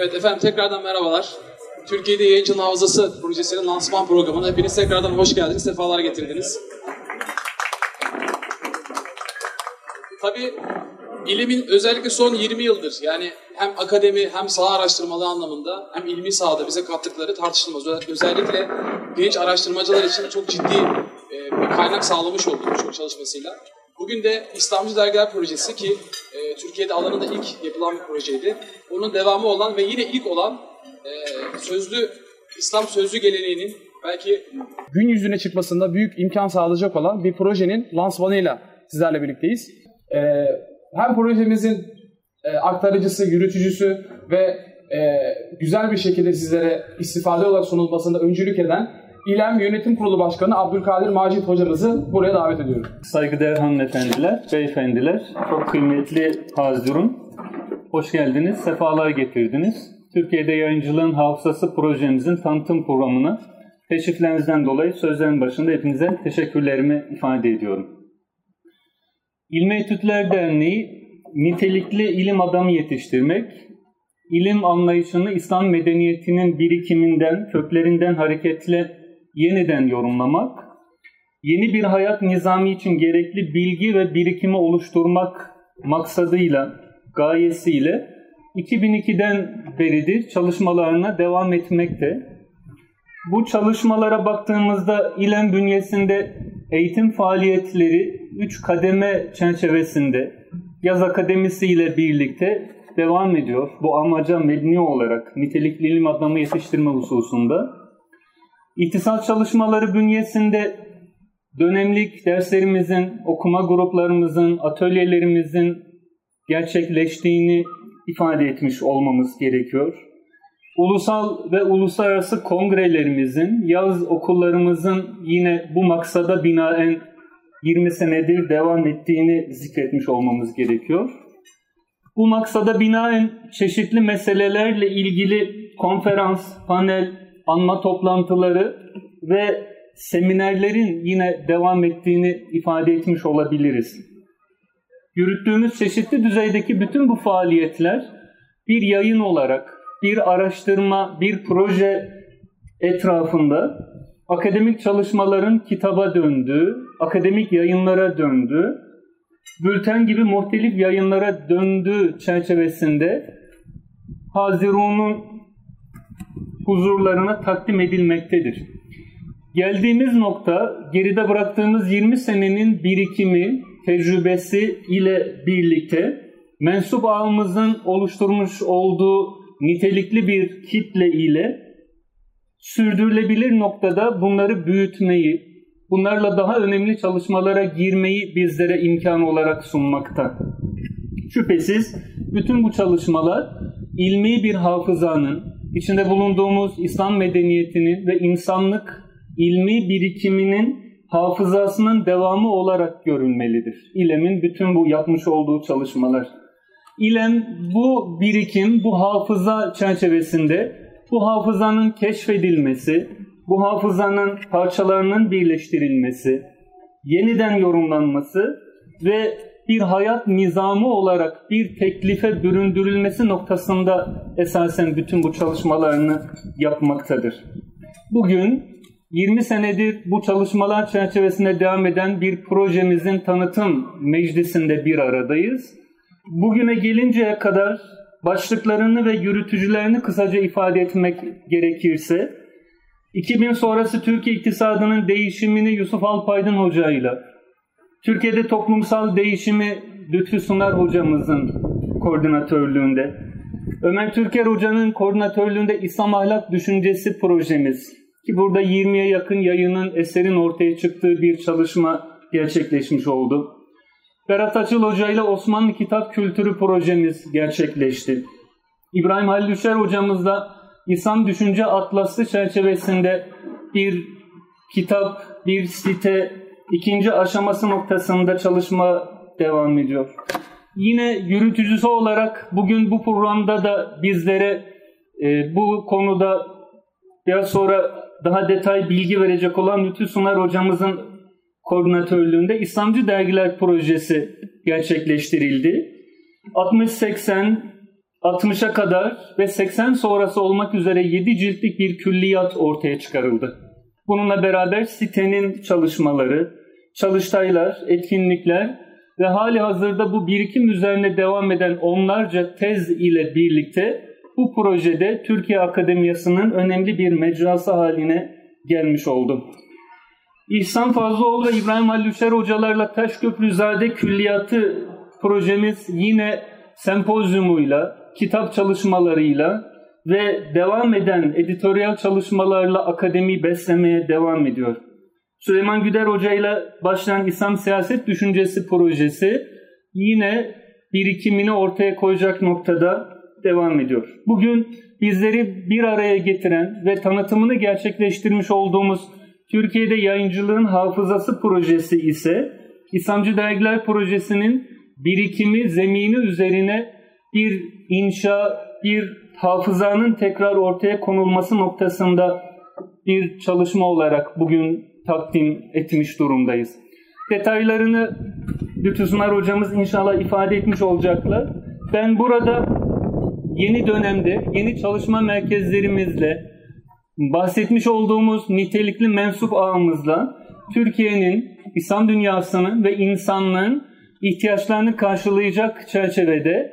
Evet efendim, tekrardan merhabalar. Türkiye'de Yayıncılığın Hafızası projesinin lansman programına hepiniz tekrardan hoş geldiniz, sefalar getirdiniz. Tabii ilimin özellikle son 20 yıldır yani hem akademi hem saha araştırmaları anlamında hem ilmi sahada bize kattıkları tartışılmaz. Özellikle genç araştırmacılar için çok ciddi bir kaynak sağlamış oldu birçok çalışmasıyla. Bugün de İslamcı Dergiler Projesi ki Türkiye'de alanında ilk yapılan bir projeydi. Onun devamı olan ve yine ilk olan İslam sözlü geleneğinin belki gün yüzüne çıkmasında büyük imkan sağlayacak olan bir projenin lansmanıyla sizlerle birlikteyiz. Hem projemizin aktarıcısı, yürütücüsü ve güzel bir şekilde sizlere istifade olarak sunulmasında öncülük eden İLEM Yönetim Kurulu Başkanı Abdülkadir Macit hocamızı buraya davet ediyorum. Saygıdeğer hanımefendiler, beyefendiler, çok kıymetli hazırım. Hoş geldiniz, sefalar getirdiniz. Türkiye'de Yayıncılığın Hafızası projemizin tanıtım programına teşriflerinizden dolayı sözlerin başında hepinize teşekkürlerimi ifade ediyorum. İlmi Etütler Derneği, nitelikli ilim adamı yetiştirmek, ilim anlayışını İslam medeniyetinin birikiminden, köklerinden hareketle yeniden yorumlamak, yeni bir hayat nizamı için gerekli bilgi ve birikimi oluşturmak maksadıyla, gayesiyle 2002'den beridir çalışmalarına devam etmekte. Bu çalışmalara baktığımızda İLEM bünyesinde eğitim faaliyetleri 3 kademe çerçevesinde yaz akademisi ile birlikte devam ediyor. Bu amaca mebni olarak nitelikli ilim adamı yetiştirme hususunda. İhtisas çalışmaları bünyesinde dönemlik derslerimizin, okuma gruplarımızın, atölyelerimizin gerçekleştiğini ifade etmiş olmamız gerekiyor. Ulusal ve uluslararası kongrelerimizin, yaz okullarımızın yine bu maksada binaen 20 senedir devam ettiğini zikretmiş olmamız gerekiyor. Bu maksada binaen çeşitli meselelerle ilgili konferans, panel, anma toplantıları ve seminerlerin yine devam ettiğini ifade etmiş olabiliriz. Yürüttüğümüz çeşitli düzeydeki bütün bu faaliyetler bir yayın olarak, bir araştırma, bir proje etrafında akademik çalışmaların kitaba döndüğü, akademik yayınlara döndüğü, bülten gibi muhtelif yayınlara döndüğü çerçevesinde Hazirun'un huzurlarına takdim edilmektedir. Geldiğimiz nokta, geride bıraktığımız 20 senenin birikimi, tecrübesi ile birlikte mensup ağımızın oluşturmuş olduğu nitelikli bir kitle ile sürdürülebilir noktada bunları büyütmeyi, bunlarla daha önemli çalışmalara girmeyi bizlere imkan olarak sunmakta. Şüphesiz bütün bu çalışmalar ilmi bir hafızanın, içinde bulunduğumuz İslam medeniyetinin ve insanlık ilmi birikiminin hafızasının devamı olarak görülmelidir. İLEM'in bütün bu yapmış olduğu çalışmalar. İLEM bu birikim, bu hafıza çerçevesinde bu hafızanın keşfedilmesi, bu hafızanın parçalarının birleştirilmesi, yeniden yorumlanması ve bir hayat nizamı olarak bir teklife büründürülmesi noktasında esasen bütün bu çalışmalarını yapmaktadır. Bugün 20 senedir bu çalışmalar çerçevesinde devam eden bir projemizin tanıtım meclisinde bir aradayız. Bugüne gelinceye kadar başlıklarını ve yürütücülerini kısaca ifade etmek gerekirse, 2000 sonrası Türkiye iktisadının değişimini Yusuf Alpaydın hocayla, Türkiye'de toplumsal değişimi Lütfü Sunar hocamızın koordinatörlüğünde, Ömer Türker hocanın koordinatörlüğünde İslam Ahlak Düşüncesi projemiz ki burada 20'ye yakın yayının, eserin ortaya çıktığı bir çalışma gerçekleşmiş oldu. Berat Açıl Hoca ile Osmanlı Kitap Kültürü projemiz gerçekleşti. İbrahim Halil Düşer hocamızla İslam Düşünce Atlası çerçevesinde bir kitap, bir site, ikinci aşaması noktasında çalışma devam ediyor. Yine yürütücüsü olarak bugün bu programda da bizlere bu konuda biraz sonra daha detay bilgi verecek olan Lütfü Sunar hocamızın koordinatörlüğünde İslamcı Dergiler Projesi gerçekleştirildi. 60-80, 60'a kadar ve 80 sonrası olmak üzere 7 ciltlik bir külliyat ortaya çıkarıldı. Bununla beraber sitenin çalışmaları, çalıştaylar, etkinlikler ve hali hazırda bu birikim üzerine devam eden onlarca tez ile birlikte bu projede Türkiye Akademiyası'nın önemli bir mecrası haline gelmiş oldu. İhsan Fazlıoğlu ve İbrahim Halil Üçer hocalarla Taşköprüzade Külliyatı projemiz yine sempozyumuyla, kitap çalışmalarıyla ve devam eden editoryal çalışmalarla akademiyi beslemeye devam ediyor. Süleyman Güder Hoca ile başlayan İslam Siyaset Düşüncesi projesi yine birikimini ortaya koyacak noktada devam ediyor. Bugün bizleri bir araya getiren ve tanıtımını gerçekleştirmiş olduğumuz Türkiye'de Yayıncılığın Hafızası projesi ise İslamcı Dergiler Projesi'nin birikimi, zemini üzerine bir inşa, bir hafızanın tekrar ortaya konulması noktasında bir çalışma olarak bugün takdim etmiş durumdayız. Detaylarını Lütfü Sunar hocamız inşallah ifade etmiş olacaklar. Ben burada yeni dönemde yeni çalışma merkezlerimizle, bahsetmiş olduğumuz nitelikli mensup ağımızla Türkiye'nin, İslam dünyasının ve insanlığın ihtiyaçlarını karşılayacak çerçevede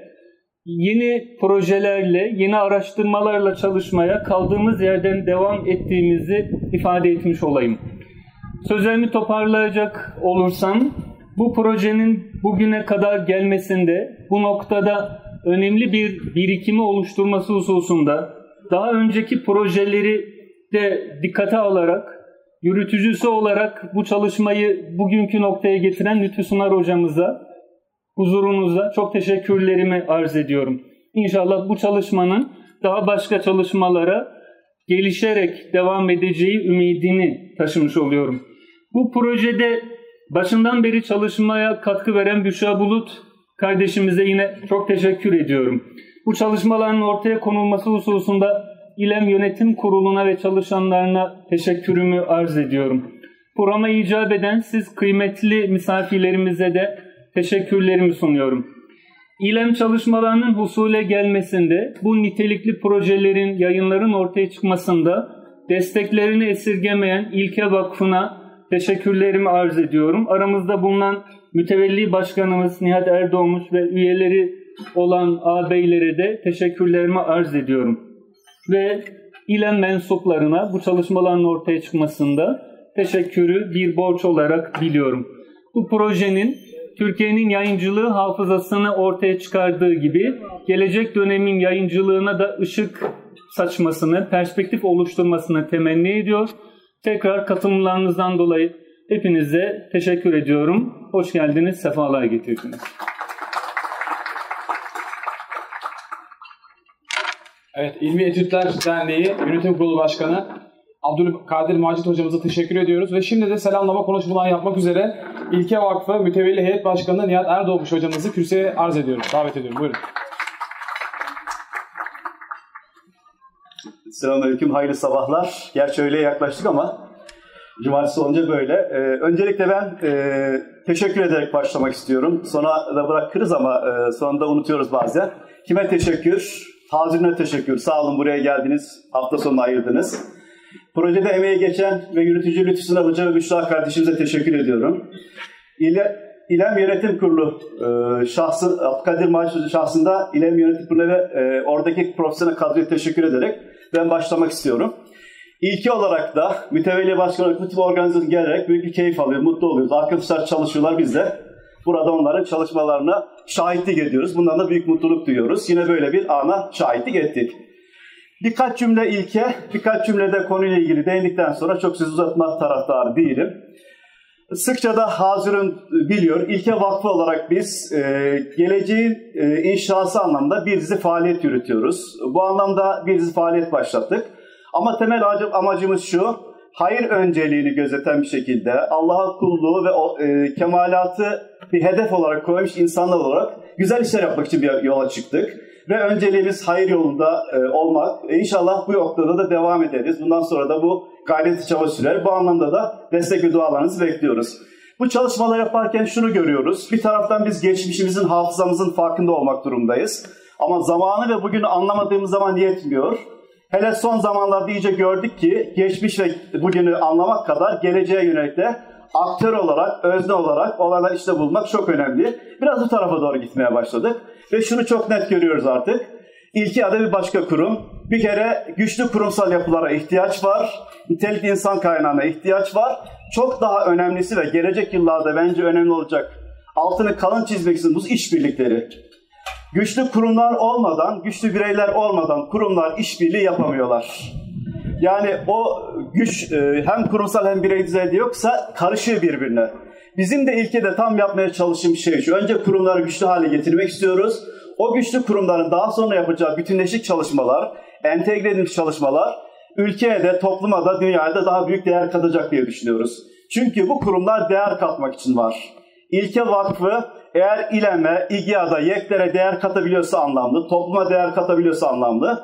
yeni projelerle, yeni araştırmalarla çalışmaya kaldığımız yerden devam ettiğimizi ifade etmiş olayım. Sözlerimi toparlayacak olursam, bu projenin bugüne kadar gelmesinde, bu noktada önemli bir birikimi oluşturması hususunda daha önceki projeleri de dikkate alarak, yürütücüsü olarak bu çalışmayı bugünkü noktaya getiren Lütfü Sunar hocamıza, huzurunuza çok teşekkürlerimi arz ediyorum. İnşallah bu çalışmanın daha başka çalışmalara gelişerek devam edeceği ümidini taşımış oluyorum. Bu projede başından beri çalışmaya katkı veren Büşra Bulut kardeşimize yine çok teşekkür ediyorum. Bu çalışmaların ortaya konulması hususunda İLEM Yönetim Kurulu'na ve çalışanlarına teşekkürümü arz ediyorum. Programa icap eden siz kıymetli misafirlerimize de teşekkürlerimi sunuyorum. İLEM çalışmalarının husule gelmesinde, bu nitelikli projelerin, yayınların ortaya çıkmasında desteklerini esirgemeyen İlke Vakfı'na teşekkürlerimi arz ediyorum. Aramızda bulunan mütevelli başkanımız Nihat Erdoğmuş ve üyeleri olan ağabeylere de teşekkürlerimi arz ediyorum. Ve İLEM mensuplarına bu çalışmaların ortaya çıkmasında teşekkürü bir borç olarak biliyorum. Bu projenin Türkiye'nin yayıncılığı hafızasını ortaya çıkardığı gibi gelecek dönemin yayıncılığına da ışık saçmasını, perspektif oluşturmasını temenni ediyor. Tekrar katılımlarınızdan dolayı hepinize teşekkür ediyorum. Hoş geldiniz, sefalar getirdiniz. Evet, İlmi Etütler Derneği Yönetim Kurulu Başkanı Abdülkadir Macit hocamıza teşekkür ediyoruz. Ve şimdi de selamlama konuşmalarını yapmak üzere İlke Vakfı Mütevelli Heyet Başkanı Nihat Erdoğmuş hocamızı kürsüye arz ediyorum. Davet ediyorum. Buyurun. Selamünaleyküm, hayırlı sabahlar. Gerçi öğleye yaklaştık ama cumartesi olunca böyle. Öncelikle ben teşekkür ederek başlamak istiyorum. Sonra da bırakırız ama sonunda unutuyoruz bazen. Kime teşekkür? Hazirine teşekkür. Sağ olun, buraya geldiniz. Hafta sonunu ayırdınız. Projede emeği geçen ve yürütücü Lütfü Sunar Hoca ve Büşra kardeşimize teşekkür ediyorum. İLEM Yönetim Kurulu Abdülkadir Macit şahsında İLEM Yönetim Kurulu ve oradaki profesyonel kadroya teşekkür ederek ben başlamak istiyorum. İlki olarak da mütevelli başkan olarak bu tip organizasyona gelerek büyük bir keyif alıyor, mutlu oluyoruz. Arkadaşlar çalışıyorlar, biz de burada onların çalışmalarına şahitlik ediyoruz. Bundan da büyük mutluluk duyuyoruz. Yine böyle bir ana şahitlik ettik. Birkaç cümle ilke, birkaç cümle de konuyla ilgili değindikten sonra çok söz uzatma taraftarı değilim. Sıkça da hazırın biliyor, İlke Vakfı olarak biz geleceğin inşası anlamda bir dizi faaliyet yürütüyoruz. Bu anlamda bir dizi faaliyet başlattık. Ama temel amacımız şu, hayır önceliğini gözeten bir şekilde Allah'a kulluğu ve kemalatı bir hedef olarak koymuş insanlar olarak güzel işler yapmak için bir yola çıktık. Ve önceliğimiz hayır yolunda olmak. İnşallah bu noktada da devam ederiz. Bundan sonra da bu gayreti çaba sürer. Bu anlamda da destek ve dualarınızı bekliyoruz. Bu çalışmalar yaparken şunu görüyoruz. Bir taraftan biz geçmişimizin, hafızamızın farkında olmak durumdayız. Ama zamanı ve bugünü anlamadığımız zaman yetmiyor. Hele son zamanlarda iyice gördük ki geçmiş ve bugünü anlamak kadar geleceğe yönelik de aktör olarak, özne olarak olanlar işte bulmak çok önemli. Biraz bu tarafa doğru gitmeye başladık. Ve şunu çok net görüyoruz artık. İlkia'da bir başka kurum. Bir kere güçlü kurumsal yapılara ihtiyaç var. Nitelikli insan kaynağına ihtiyaç var. Çok daha önemlisi ve gelecek yıllarda bence önemli olacak. Altını kalın çizmek için bu işbirlikleri. Güçlü kurumlar olmadan, güçlü bireyler olmadan kurumlar işbirliği yapamıyorlar. Yani o güç hem kurumsal hem birey düzeyde yoksa karışıyor birbirine. Bizim de ilkede tam yapmaya çalıştığımız şey şu. Önce kurumları güçlü hale getirmek istiyoruz. O güçlü kurumların daha sonra yapacağı bütünleşik çalışmalar, entegre edilmiş çalışmalar ülkeye de, topluma da, dünyaya da daha büyük değer katacak diye düşünüyoruz. Çünkü bu kurumlar değer katmak için var. İlke Vakfı eğer İLEM'e, İGİA'da, YEK'lere değer katabiliyorsa anlamlı, topluma değer katabiliyorsa anlamlı,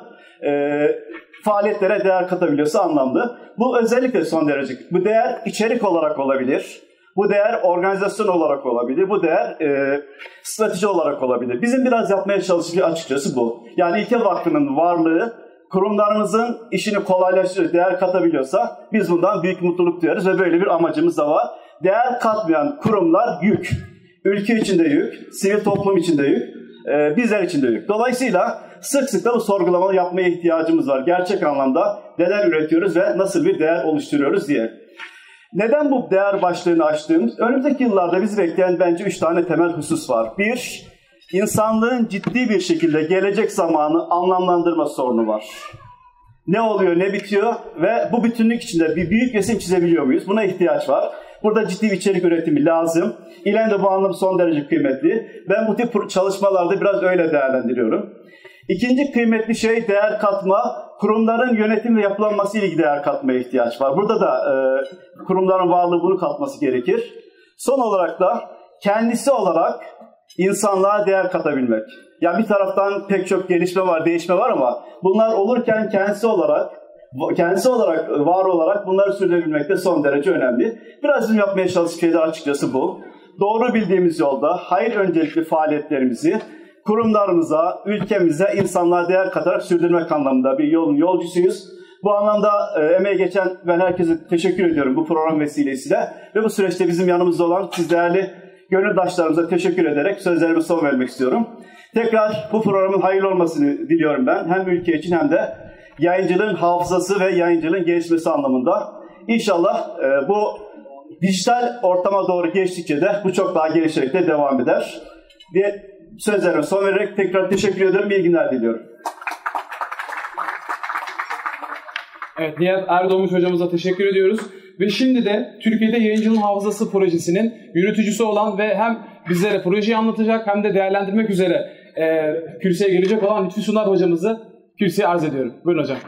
faaliyetlere değer katabiliyorsa anlamlı. Bu özellikle son derece. Bu değer içerik olarak olabilir. Bu değer organizasyon olarak olabilir. Bu değer strateji olarak olabilir. Bizim biraz yapmaya çalıştığımız açıkçası bu. Yani İlke Vakfı'nın varlığı kurumlarımızın işini kolaylaştırır, değer katabiliyorsa biz bundan büyük mutluluk duyarız ve böyle bir amacımız da var. Değer katmayan kurumlar yük. Ülke için de yük, sivil toplum için de yük, bizler için de yük. Dolayısıyla sık sık da bu sorgulamaları yapmaya ihtiyacımız var. Gerçek anlamda neler üretiyoruz ve nasıl bir değer oluşturuyoruz diye. Neden bu değer başlığını açtığımız? Önümüzdeki yıllarda bizi bekleyen bence 3 tane temel husus var. Bir, insanlığın ciddi bir şekilde gelecek zamanı anlamlandırma sorunu var. Ne oluyor, ne bitiyor ve bu bütünlük içinde bir büyük resim çizebiliyor muyuz? Buna ihtiyaç var. Burada ciddi bir içerik üretimi lazım. İLEM de bu anlamda son derece kıymetli. Ben bu tip çalışmalarda biraz öyle değerlendiriyorum. İkinci kıymetli şey değer katma. Kurumların yönetim ve yapılanması ile ilgili değer katmaya ihtiyaç var. Burada da kurumların varlığı bunu katması gerekir. Son olarak da kendisi olarak insanlığa değer katabilmek. Yani bir taraftan pek çok gelişme var, değişme var ama bunlar olurken kendisi olarak, var olarak bunları sürdürebilmek de son derece önemli. Biraz bizim yapmaya çalıştığımız şeyler açıkçası bu. Doğru bildiğimiz yolda hayır öncelikli faaliyetlerimizi kurumlarımıza, ülkemize, insanlığa değer katarak sürdürmek anlamında bir yolun yolcusuyuz. Bu anlamda emeği geçen ben herkese teşekkür ediyorum bu program vesilesiyle. Ve bu süreçte bizim yanımızda olan siz değerli gönüldaşlarımıza teşekkür ederek sözlerime son vermek istiyorum. Tekrar bu programın hayırlı olmasını diliyorum ben. Hem ülke için hem de yayıncılığın hafızası ve yayıncılığın gelişmesi anlamında. İnşallah bu dijital ortama doğru geçtikçe de bu çok daha gelişerek de devam eder diye sözlerime son vererek tekrar teşekkür ediyorum. İyi günler diliyorum. Evet, Nihat Erdoğmuş hocamıza teşekkür ediyoruz. Ve şimdi de Türkiye'de Yayıncılığın Hafızası projesinin yürütücüsü olan ve hem bizlere projeyi anlatacak hem de değerlendirmek üzere kürsüye gelecek olan Lütfi Sunar hocamızı kürsüye arz ediyorum. Buyurun hocam.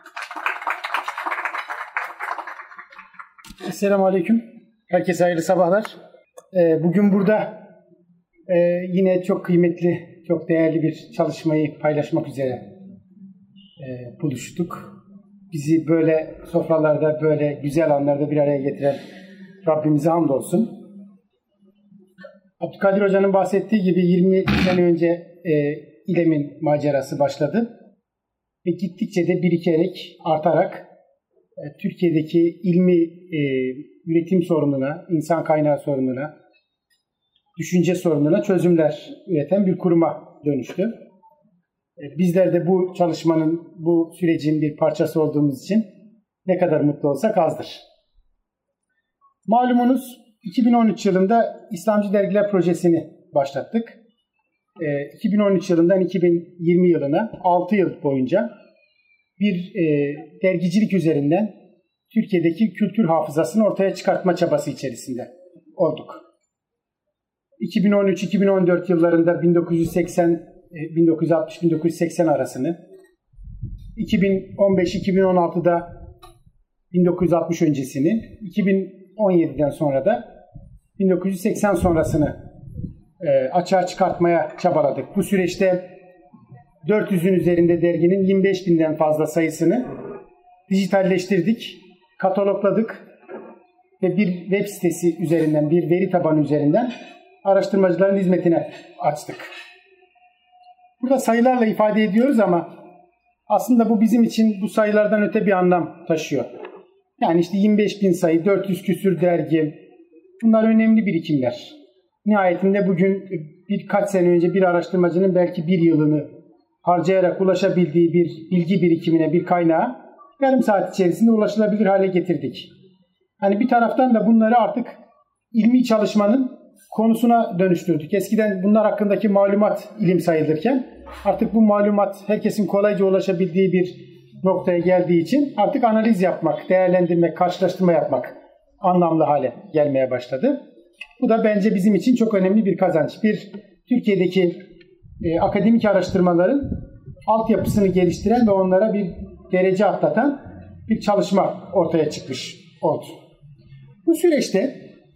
Esselamu Aleyküm. Herkese hayırlı sabahlar. Bugün burada yine çok kıymetli, çok değerli bir çalışmayı paylaşmak üzere buluştuk. Bizi böyle sofralarda, böyle güzel anlarda bir araya getiren Rabbimize hamdolsun. Abdülkadir Hoca'nın bahsettiği gibi 20 sene önce İLEM'in macerası başladı. Ve gittikçe de birikerek, artarak Türkiye'deki ilmi üretim sorununa, insan kaynağı sorununa, düşünce sorununa çözümler üreten bir kuruma dönüştü. Bizler de bu çalışmanın, bu sürecin bir parçası olduğumuz için ne kadar mutlu olsak azdır. Malumunuz 2013 yılında İslamcı Dergiler Projesi'ni başlattık. 2013 yılından 2020 yılına 6 yıl boyunca bir dergicilik üzerinden Türkiye'deki kültür hafızasını ortaya çıkartma çabası içerisinde olduk. 2013-2014 yıllarında 1960-1980 arasını, 2015-2016'da 1960 öncesini, 2017'den sonra da 1980 sonrasını açığa çıkartmaya çabaladık. Bu süreçte 400'ün üzerinde derginin 25.000'den fazla sayısını dijitalleştirdik, katalogladık ve bir web sitesi üzerinden, bir veri tabanı üzerinden araştırmacıların hizmetine açtık. burada sayılarla ifade ediyoruz ama aslında bu bizim için bu sayılardan öte bir anlam taşıyor. Yani işte 25.000 sayı, 400 küsür dergi, bunlar önemli birikimler. Nihayetinde bugün birkaç sene önce bir araştırmacının belki bir yılını harcayarak ulaşabildiği bir bilgi birikimine, bir kaynağa yarım saat içerisinde ulaşılabilir hale getirdik. Hani bir taraftan da bunları artık ilmi çalışmanın konusuna dönüştürdük. Eskiden bunlar hakkındaki malumat ilim sayılırken artık bu malumat herkesin kolayca ulaşabildiği bir noktaya geldiği için artık analiz yapmak, değerlendirmek, karşılaştırma yapmak anlamlı hale gelmeye başladı. Bu da bence bizim için çok önemli bir kazanç. Türkiye'deki akademik araştırmaların altyapısını geliştiren ve onlara bir derece atlatan bir çalışma ortaya çıkmış oldu. Bu süreçte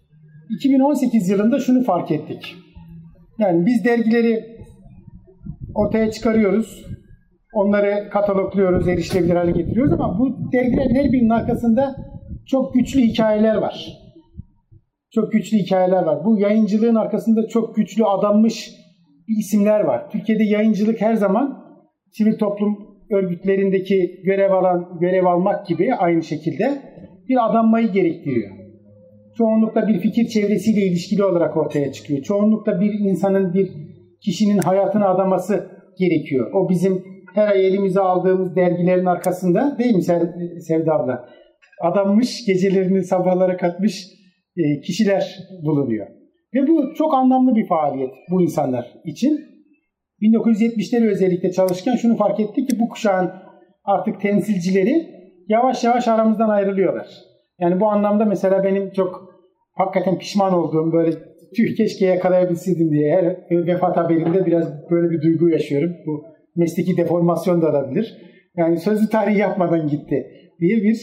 2018 yılında şunu fark ettik. Yani biz dergileri ortaya çıkarıyoruz, onları katalogluyoruz, erişilebilir hale getiriyoruz ama bu dergilerin her birinin arkasında çok güçlü hikayeler var. Çok güçlü hikayeler var. Bu yayıncılığın arkasında çok güçlü adanmış isimler var. Türkiye'de yayıncılık her zaman sivil toplum örgütlerindeki görev almak gibi aynı şekilde bir adanmayı gerektiriyor. Çoğunlukla bir fikir çevresiyle ilişkili olarak ortaya çıkıyor. Çoğunlukla bir insanın, bir kişinin hayatını adaması gerekiyor. O bizim her ay elimize aldığımız dergilerin arkasında, değil mi Sevda abla? Adanmış, gecelerini sabahlara katmış kişiler bulunuyor. Ve bu çok anlamlı bir faaliyet bu insanlar için. 1970'leri özellikle çalışırken şunu fark ettik ki bu kuşağın artık temsilcileri yavaş yavaş aramızdan ayrılıyorlar. Yani bu anlamda mesela benim çok hakikaten pişman olduğum, böyle keşke yakalayabilseydim diye her vefat haberinde biraz böyle bir duygu yaşıyorum. Bu mesleki deformasyon da olabilir. Yani sözlü tarih yapmadan gitti diye bir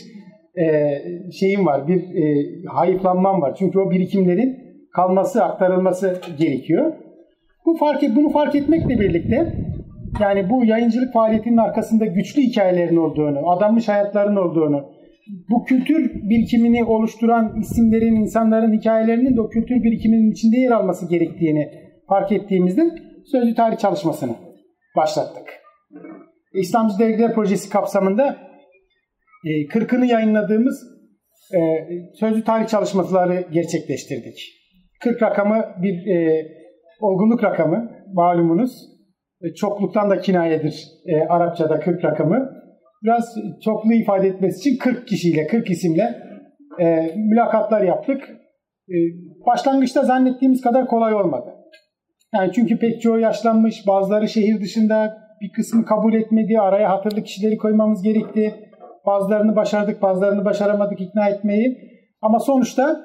şeyim var, bir hayıflanmam var. Çünkü o birikimlerin kalması, aktarılması gerekiyor. Bunu fark etmekle birlikte yani bu yayıncılık faaliyetinin arkasında güçlü hikayelerin olduğunu, adanmış hayatların olduğunu, bu kültür birikimini oluşturan isimlerin, insanların hikayelerinin de o kültür birikiminin içinde yer alması gerektiğini fark ettiğimizde sözlü tarih çalışmasını başlattık. İslamcı Dergiler Projesi kapsamında 40'ını yayınladığımız sözlü tarih çalışmaları gerçekleştirdik. 40 rakamı bir olgunluk rakamı, malumunuz. Çokluktan da kinayedir Arapçada 40 rakamı. Biraz çokluğu ifade etmesi için 40 kişiyle, 40 isimle mülakatlar yaptık. Başlangıçta zannettiğimiz kadar kolay olmadı. Yani çünkü pek çoğu yaşlanmış, bazıları şehir dışında, bir kısmı kabul etmedi, araya hatırlı kişileri koymamız gerekti. Bazılarını başardık, bazılarını başaramadık ikna etmeyi. Ama sonuçta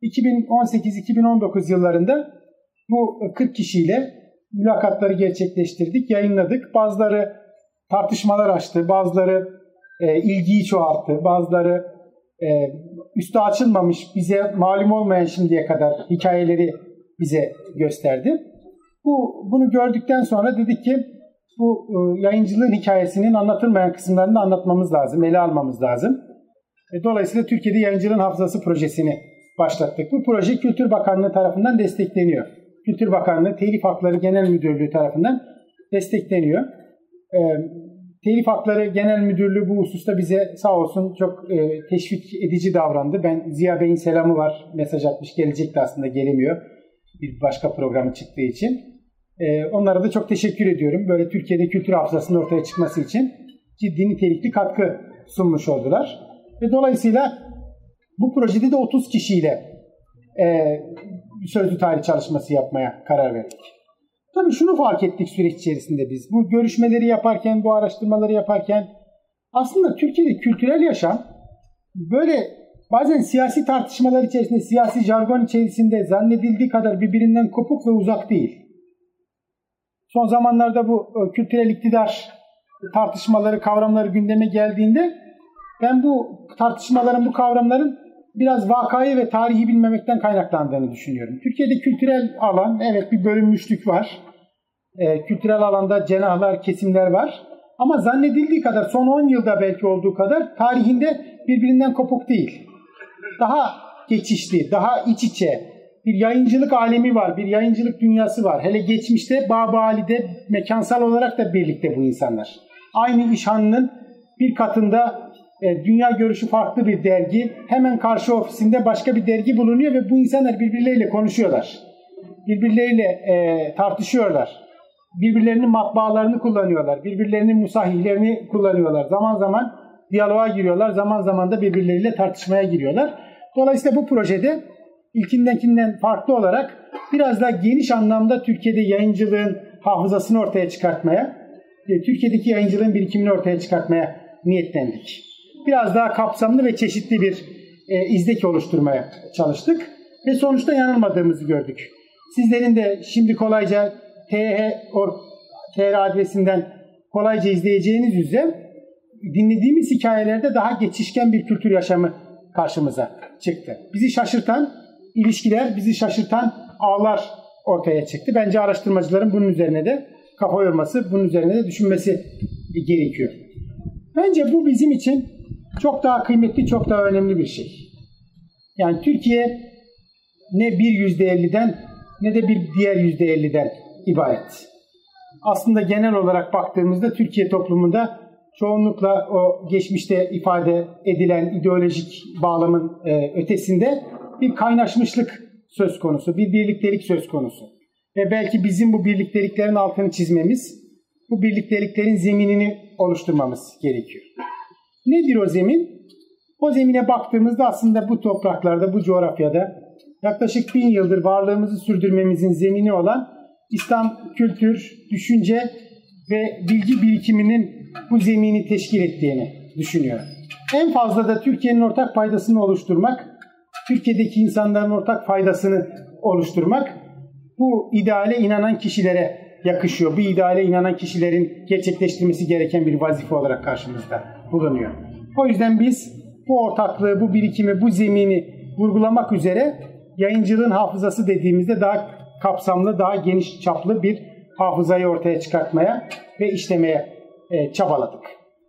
2018-2019 yıllarında bu 40 kişiyle mülakatları gerçekleştirdik, yayınladık. Bazıları tartışmalar açtı, bazıları ilgiyi çoğalttı, bazıları üstü açılmamış, bize malum olmayan şimdiye kadar hikayeleri bize gösterdi. Bunu gördükten sonra dedik ki bu yayıncılığın hikayesinin anlatılmayan kısımlarını anlatmamız lazım, ele almamız lazım. Dolayısıyla Türkiye'de Yayıncılığın Hafızası projesini başlattık. Bu proje Kültür Bakanlığı tarafından destekleniyor. Kültür Bakanlığı Telif Hakları Genel Müdürlüğü tarafından destekleniyor. Telif Hakları Genel Müdürlüğü bu hususta bize sağ olsun çok teşvik edici davrandı. Ziya Bey'in selamı var, mesaj atmış, gelecekti aslında gelemiyor. Bir başka programı çıktığı için. Onlara da çok teşekkür ediyorum. Böyle Türkiye'de kültür hafızasının ortaya çıkması için ciddi nitelikli katkı sunmuş oldular. Ve dolayısıyla bu projede de 30 kişiyle sözlü tarih çalışması yapmaya karar verdik. Tabii şunu fark ettik süreç içerisinde biz. Bu görüşmeleri yaparken, bu araştırmaları yaparken aslında Türkiye'de kültürel yaşam böyle bazen siyasi tartışmalar içerisinde, siyasi jargon içerisinde zannedildiği kadar birbirinden kopuk ve uzak değil. Son zamanlarda bu kültürel iktidar tartışmaları, kavramları gündeme geldiğinde ben bu tartışmaların, bu kavramların biraz vakayı ve tarihi bilmemekten kaynaklandığını düşünüyorum. Türkiye'de kültürel alan, evet bir bölünmüşlük var. Kültürel alanda cenahlar, kesimler var. Ama zannedildiği kadar, son 10 yılda belki olduğu kadar tarihinde birbirinden kopuk değil. Daha geçişli, daha iç içe, bir yayıncılık alemi var, bir yayıncılık dünyası var. Hele geçmişte Babali'de mekansal olarak da birlikte bu insanlar. Aynı işhanının bir katında dünya görüşü farklı bir dergi, hemen karşı ofisinde başka bir dergi bulunuyor ve bu insanlar birbirleriyle konuşuyorlar. Birbirleriyle tartışıyorlar. Birbirlerinin matbaalarını kullanıyorlar. Birbirlerinin musahihlerini kullanıyorlar. Zaman zaman diyaloğa giriyorlar. Zaman zaman da birbirleriyle tartışmaya giriyorlar. Dolayısıyla bu projede ilkindekinden farklı olarak biraz daha geniş anlamda Türkiye'de yayıncılığın hafızasını ortaya çıkartmaya, Türkiye'deki yayıncılığın birikimini ortaya çıkartmaya niyetlendik. Biraz daha kapsamlı ve çeşitli bir izlek oluşturmaya çalıştık ve sonuçta yanılmadığımızı gördük. Sizlerin de şimdi kolayca TR adresinden kolayca izleyeceğiniz üzere dinlediğimiz hikayelerde daha geçişken bir kültür yaşamı karşımıza çıktı. Bizi şaşırtan ilişkiler, bizi şaşırtan ağlar ortaya çıktı. Bence araştırmacıların bunun üzerine de kafa yorması, bunun üzerine de düşünmesi gerekiyor. Bence bu bizim için çok daha kıymetli, çok daha önemli bir şey. Yani Türkiye ne bir %50'den ne de bir diğer %50'den ibaret. Aslında genel olarak baktığımızda Türkiye toplumunda çoğunlukla o geçmişte ifade edilen ideolojik bağlamın ötesinde bir kaynaşmışlık söz konusu, bir birliktelik söz konusu. Ve belki bizim bu birlikteliklerin altını çizmemiz, bu birlikteliklerin zeminini oluşturmamız gerekiyor. Nedir o zemin? O zemine baktığımızda aslında bu topraklarda, bu coğrafyada yaklaşık 1000 yıldır varlığımızı sürdürmemizin zemini olan İslam kültür, düşünce ve bilgi birikiminin bu zemini teşkil ettiğini düşünüyorum. En fazla da Türkiye'nin ortak paydasını oluşturmak, Türkiye'deki insanların ortak faydasını oluşturmak bu ideale inanan kişilere yakışıyor. Bu ideale inanan kişilerin gerçekleştirmesi gereken bir vazife olarak karşımızda bulunuyor. O yüzden biz bu ortaklığı, bu birikimi, bu zemini vurgulamak üzere yayıncılığın hafızası dediğimizde daha kapsamlı, daha geniş çaplı bir hafızayı ortaya çıkartmaya ve işlemeye çabaladık.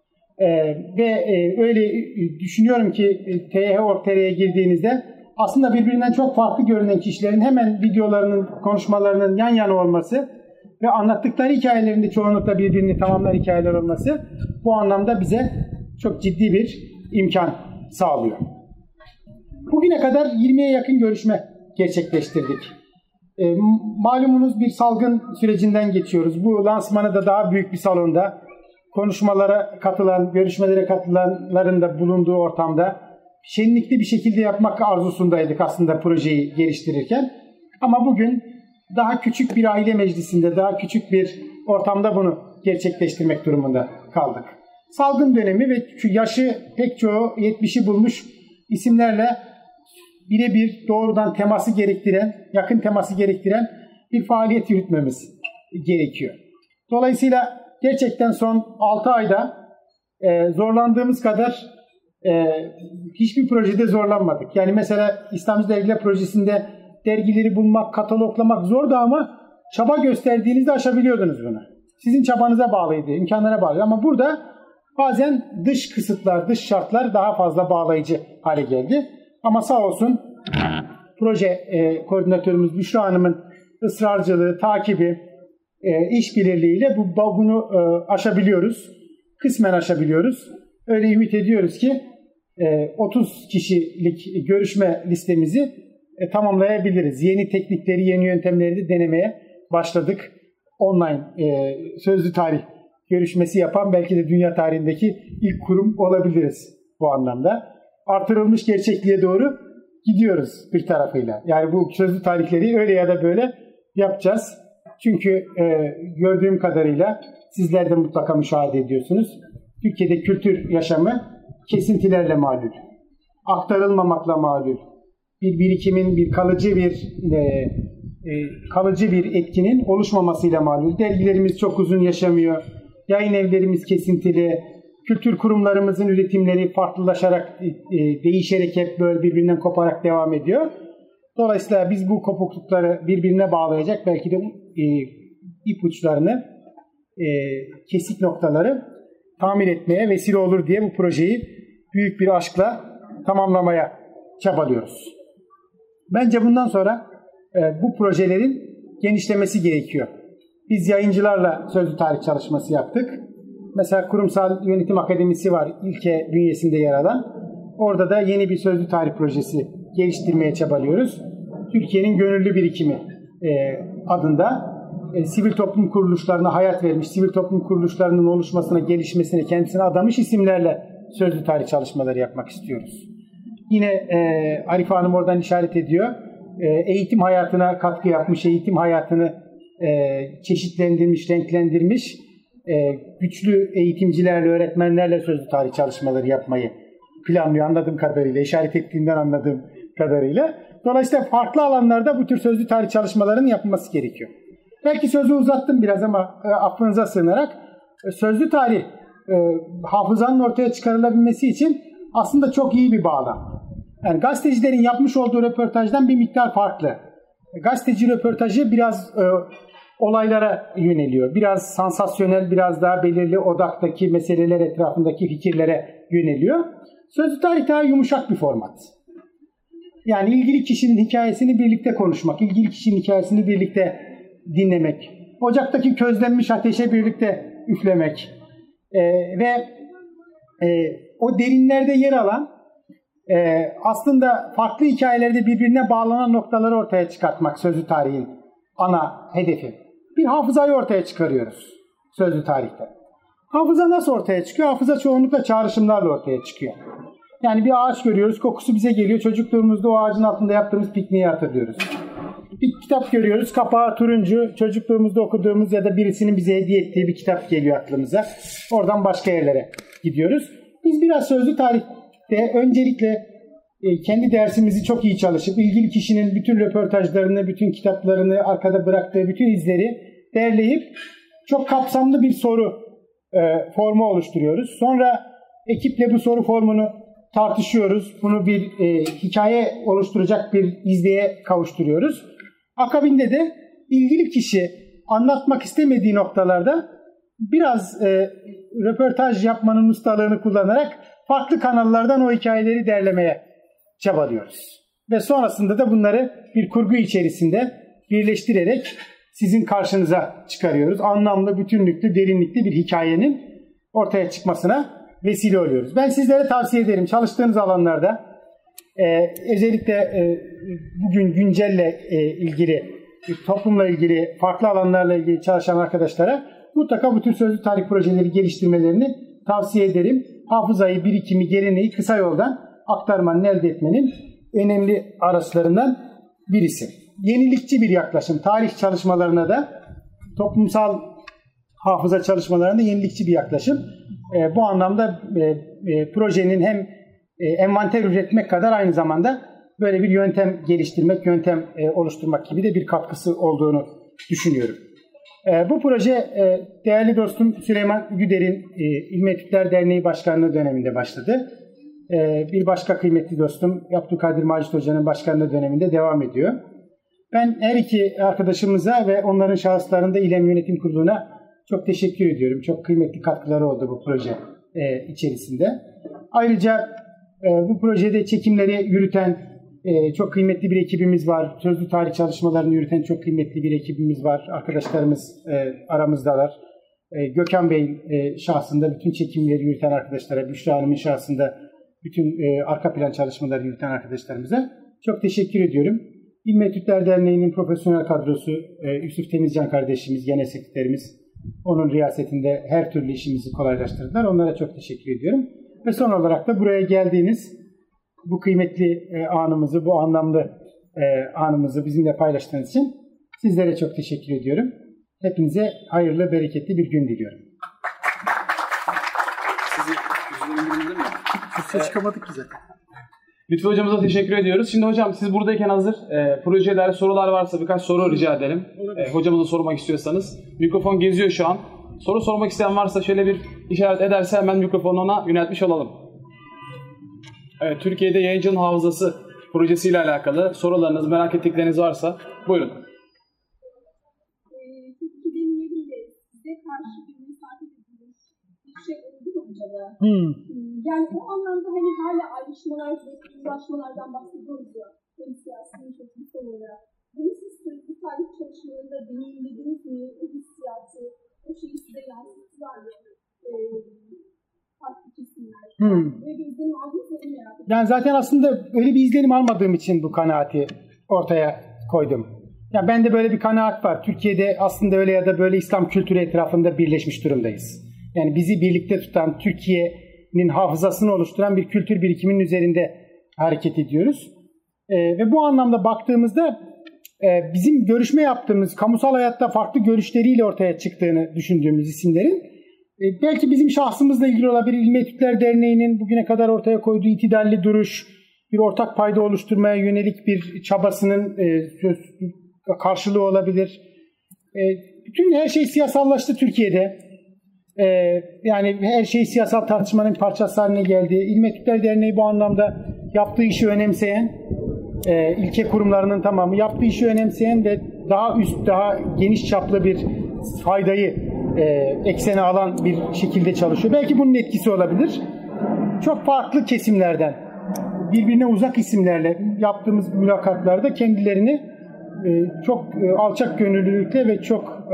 Ve öyle düşünüyorum ki TH.org.tr'ye girdiğinizde aslında birbirinden çok farklı görünen kişilerin hemen videolarının, konuşmalarının yan yana olması ve anlattıkları hikayelerinde çoğunlukla birbirini tamamlar hikayeler olması bu anlamda bize çok ciddi bir imkan sağlıyor. Bugüne kadar 20'ye yakın görüşme gerçekleştirdik. Malumunuz bir salgın sürecinden geçiyoruz. Bu lansmanı da daha büyük bir salonda, konuşmalara katılan, görüşmelere katılanların da bulunduğu ortamda şenlikli bir şekilde yapmak arzusundaydık aslında projeyi geliştirirken. Ama bugün daha küçük bir aile meclisinde, daha küçük bir ortamda bunu gerçekleştirmek durumunda kaldık. Salgın dönemi ve yaşı pek çoğu 70'i bulmuş isimlerle birebir doğrudan teması gerektiren, yakın teması gerektiren bir faaliyet yürütmemiz gerekiyor. Dolayısıyla gerçekten son 6 ayda zorlandığımız kadar hiçbir projede zorlanmadık. Yani mesela İslamcı Dergiler Projesi'nde dergileri bulmak, kataloglamak zordu ama çaba gösterdiğinizde aşabiliyordunuz bunu. Sizin çabanıza bağlıydı, imkanlara bağlıydı. Ama burada bazen dış kısıtlar, dış şartlar daha fazla bağlayıcı hale geldi. Ama sağ olsun proje koordinatörümüz Büşra Hanım'ın ısrarcılığı, takibi, işbirliğiyle bunu aşabiliyoruz. Kısmen aşabiliyoruz. Öyle ümit ediyoruz ki 30 kişilik görüşme listemizi tamamlayabiliriz. Yeni teknikleri, yeni yöntemleri de denemeye başladık. Online sözlü tarih görüşmesi yapan belki de dünya tarihindeki ilk kurum olabiliriz bu anlamda. Artırılmış gerçekliğe doğru gidiyoruz bir tarafıyla. Yani bu sözlü tarihleri öyle ya da böyle yapacağız. Çünkü gördüğüm kadarıyla sizler de mutlaka müşahede ediyorsunuz. Türkiye'de kültür yaşamı kesintilerle malul. Aktarılmamakla malul. Bir birikimin, bir kalıcı bir etkinin oluşmamasıyla malul. Dergilerimiz çok uzun yaşamıyor. Yayın evlerimiz kesintili. Kültür kurumlarımızın üretimleri farklılaşarak, değişerek hep böyle birbirinden koparak devam ediyor. Dolayısıyla biz bu kopuklukları birbirine bağlayacak belki de ipuçlarını, kesik noktaları tamir etmeye vesile olur diye bu projeyi büyük bir aşkla tamamlamaya çabalıyoruz. Bence bundan sonra bu projelerin genişlemesi gerekiyor. Biz yayıncılarla sözlü tarih çalışması yaptık. Mesela Kurumsal Yönetim Akademisi var, İlke bünyesinde yer alan. Orada da yeni bir sözlü tarih projesi geliştirmeye çabalıyoruz. Türkiye'nin gönüllü birikimi adında sivil toplum kuruluşlarına hayat vermiş, sivil toplum kuruluşlarının oluşmasına, gelişmesine kendisine adamış isimlerle sözlü tarih çalışmaları yapmak istiyoruz. Yine Arif Hanım oradan işaret ediyor. Eğitim hayatına katkı yapmış, eğitim hayatını çeşitlendirmiş, renklendirmiş, güçlü eğitimcilerle, öğretmenlerle sözlü tarih çalışmaları yapmayı planlıyor anladığım kadarıyla, işaret ettiğinden anladığım kadarıyla. Dolayısıyla farklı alanlarda bu tür sözlü tarih çalışmalarının yapılması gerekiyor. Belki sözü uzattım biraz ama affınıza sığınarak sözlü tarih hafızanın ortaya çıkarılabilmesi için aslında çok iyi bir bağlam. Yani gazetecilerin yapmış olduğu röportajdan bir miktar farklı. Gazeteci röportajı biraz olaylara yöneliyor. Biraz sansasyonel, biraz daha belirli odaktaki meseleler etrafındaki fikirlere yöneliyor. Sözlü tarih daha yumuşak bir format. Yani ilgili kişinin hikayesini birlikte konuşmak, ilgili kişinin hikayesini birlikte dinlemek, ocaktaki közlenmiş ateşe birlikte üflemek ve o derinlerde yer alan aslında farklı hikayelerde birbirine bağlanan noktaları ortaya çıkartmak sözlü tarihin ana hedefi. Bir hafızayı ortaya çıkarıyoruz sözlü tarihte. Hafıza nasıl ortaya çıkıyor? Hafıza çoğunlukla çağrışımlarla ortaya çıkıyor. Yani bir ağaç görüyoruz, kokusu bize geliyor. Çocukluğumuzda o ağacın altında yaptığımız pikniği hatırlıyoruz. Bir kitap görüyoruz, kapağı turuncu. Çocukluğumuzda okuduğumuz ya da birisinin bize hediye ettiği bir kitap geliyor aklımıza. Oradan başka yerlere gidiyoruz. Biz biraz sözlü tarihte öncelikle kendi dersimizi çok iyi çalışıp ilgili kişinin bütün röportajlarını, bütün kitaplarını, arkada bıraktığı bütün izleri derleyip çok kapsamlı bir soru formu oluşturuyoruz. Sonra ekiple bu soru formunu tartışıyoruz. Bunu bir hikaye oluşturacak bir izleye kavuşturuyoruz. Akabinde de ilgili kişi anlatmak istemediği noktalarda biraz röportaj yapmanın ustalığını kullanarak farklı kanallardan o hikayeleri derlemeye çabalıyoruz. Ve sonrasında da bunları bir kurgu içerisinde birleştirerek sizin karşınıza çıkarıyoruz. Anlamlı, bütünlüklü, derinlikli bir hikayenin ortaya çıkmasına vesile oluyoruz. Ben sizlere tavsiye ederim çalıştığınız alanlarda özellikle bugün güncelle ilgili, toplumla ilgili, farklı alanlarla ilgili çalışan arkadaşlara mutlaka bu tür sözlü tarih projeleri geliştirmelerini tavsiye ederim. Hafızayı, birikimi, geleneği kısa yoldan aktarmanın, elde etmenin önemli araçlarından birisi. Yenilikçi bir yaklaşım. Tarih çalışmalarına da, toplumsal hafıza çalışmalarında yenilikçi bir yaklaşım. Bu anlamda projenin hem envanter üretmek kadar aynı zamanda böyle bir yöntem geliştirmek, yöntem oluşturmak gibi de bir katkısı olduğunu düşünüyorum. Bu proje değerli dostum Süleyman Güder'in İlmi Etütler Derneği Başkanlığı döneminde başladı. Bir başka kıymetli dostum Abdülkadir Macit Hoca'nın başkanlığı döneminde devam ediyor. Ben her iki arkadaşımıza ve onların şahıslarında İLEM Yönetim Kurulu'na çok teşekkür ediyorum. Çok kıymetli katkıları oldu bu proje içerisinde. Ayrıca bu projede çekimleri yürüten çok kıymetli bir ekibimiz var. Sözlü tarih çalışmalarını yürüten çok kıymetli bir ekibimiz var. Arkadaşlarımız aramızdalar. Gökhan Bey'in şahsında bütün çekimleri yürüten arkadaşlara, Büşra Hanım'ın şahsında bütün arka plan çalışmaları yürüten arkadaşlarımıza çok teşekkür ediyorum. İlmi Etütler Derneği'nin profesyonel kadrosu, Yusuf Temizcan kardeşimiz, genel sekreterimiz, onun riyasetinde her türlü işimizi kolaylaştırdılar. Onlara çok teşekkür ediyorum. Ve son olarak da buraya geldiğiniz bu kıymetli anımızı, bu anlamlı anımızı bizimle paylaştığınız için sizlere çok teşekkür ediyorum. Hepinize hayırlı, bereketli bir gün diliyorum. Sizi yüzünü mi? Ses çıkamadık ki zaten. Lütfü hocamıza teşekkür ediyoruz. Şimdi hocam siz buradayken hazır projeler, sorular varsa birkaç soru rica edelim. Hocamıza sormak istiyorsanız. Mikrofon geziyor şu an. Soru sormak isteyen varsa şöyle bir işaret ederse hemen mikrofonu ona yöneltmiş olalım. Evet, Türkiye'de Yayıncının Hafızası projesiyle alakalı sorularınız, merak ettikleriniz varsa buyurun. Türkiye'nin yerinde size karşı bir mesafe edilmiş bir şey oldu mu acaba? Yani o anlamda hani hala ayrışmalar ve uzlaşmalardan bahsediyoruz ya. Hem siyasi hem toplumsal olarak. Bunu siz yayıncılığında deneyimlediniz mi? O hissiyatı, o şeyi size yansıttılar mı? Farklı kesimler. Böyle bir izlenim aldınız mı? Merak ediyorum. Yani zaten aslında öyle bir izlenim almadığım için bu kanaati ortaya koydum. Yani bende böyle bir kanaat var. Türkiye'de aslında öyle ya da böyle İslam kültürü etrafında birleşmiş durumdayız. Yani bizi birlikte tutan, Türkiye'nin hafızasını oluşturan bir kültür birikiminin üzerinde hareket ediyoruz. Ve bu anlamda baktığımızda bizim görüşme yaptığımız, kamusal hayatta farklı görüşleriyle ortaya çıktığını düşündüğümüz isimlerin belki bizim şahsımızla ilgili olabilir. İlmi Etütler Derneği'nin bugüne kadar ortaya koyduğu itidalli duruş, bir ortak payda oluşturmaya yönelik bir çabasının karşılığı olabilir. Bütün her şey siyasallaştı Türkiye'de. Yani her şey siyasal tartışmanın parçası haline geldi. İlmi Etütler Derneği bu anlamda yaptığı işi önemseyen, ilke kurumlarının tamamı yaptığı işi önemseyen ve daha üst, daha geniş çaplı bir faydayı eksene alan bir şekilde çalışıyor. Belki bunun etkisi olabilir. Çok farklı kesimlerden, birbirine uzak isimlerle yaptığımız mülakatlarda kendilerini çok alçak gönüllülükle ve çok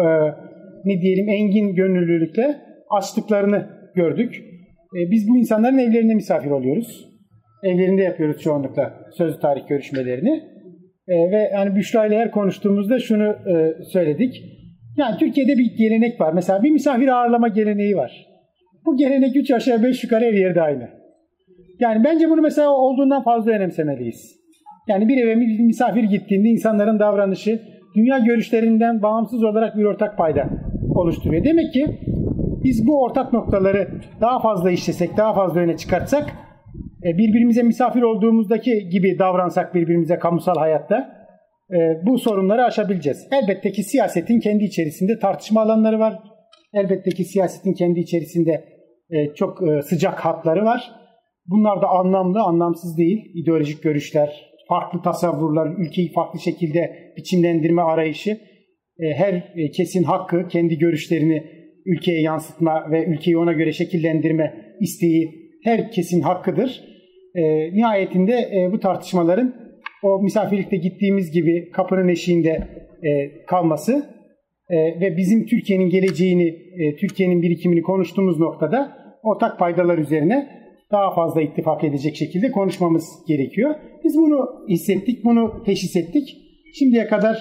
engin gönüllülükle açtıklarını gördük. Biz bu insanların evlerinde misafir oluyoruz. Evlerinde yapıyoruz çoğunlukla sözlü tarih görüşmelerini. Ve yani Büşra ile her konuştuğumuzda şunu söyledik. Yani Türkiye'de bir gelenek var. Mesela bir misafir ağırlama geleneği var. Bu gelenek 3 aşağı 5 yukarı her yerde aynı. Yani bence bunu mesela olduğundan fazla önemsemeliyiz. Yani bir eve bir misafir gittiğinde insanların davranışı dünya görüşlerinden bağımsız olarak bir ortak payda oluşturuyor. Demek ki biz bu ortak noktaları daha fazla işlesek, daha fazla öne çıkartsak, birbirimize misafir olduğumuzdaki gibi davransak birbirimize kamusal hayatta bu sorunları aşabileceğiz. Elbette ki siyasetin kendi içerisinde tartışma alanları var. Elbette ki siyasetin kendi içerisinde çok sıcak hatları var. Bunlar da anlamlı, anlamsız değil. İdeolojik görüşler, farklı tasavvurlar, ülkeyi farklı şekilde biçimlendirme arayışı, her kesin hakkı, kendi görüşlerini ülkeye yansıtma ve ülkeyi ona göre şekillendirme isteği herkesin hakkıdır. Nihayetinde bu tartışmaların o misafirlikte gittiğimiz gibi kapının eşiğinde kalması ve bizim Türkiye'nin geleceğini, Türkiye'nin birikimini konuştuğumuz noktada ortak paydalar üzerine daha fazla ittifak edecek şekilde konuşmamız gerekiyor. Biz bunu hissettik, bunu teşhis ettik. Şimdiye kadar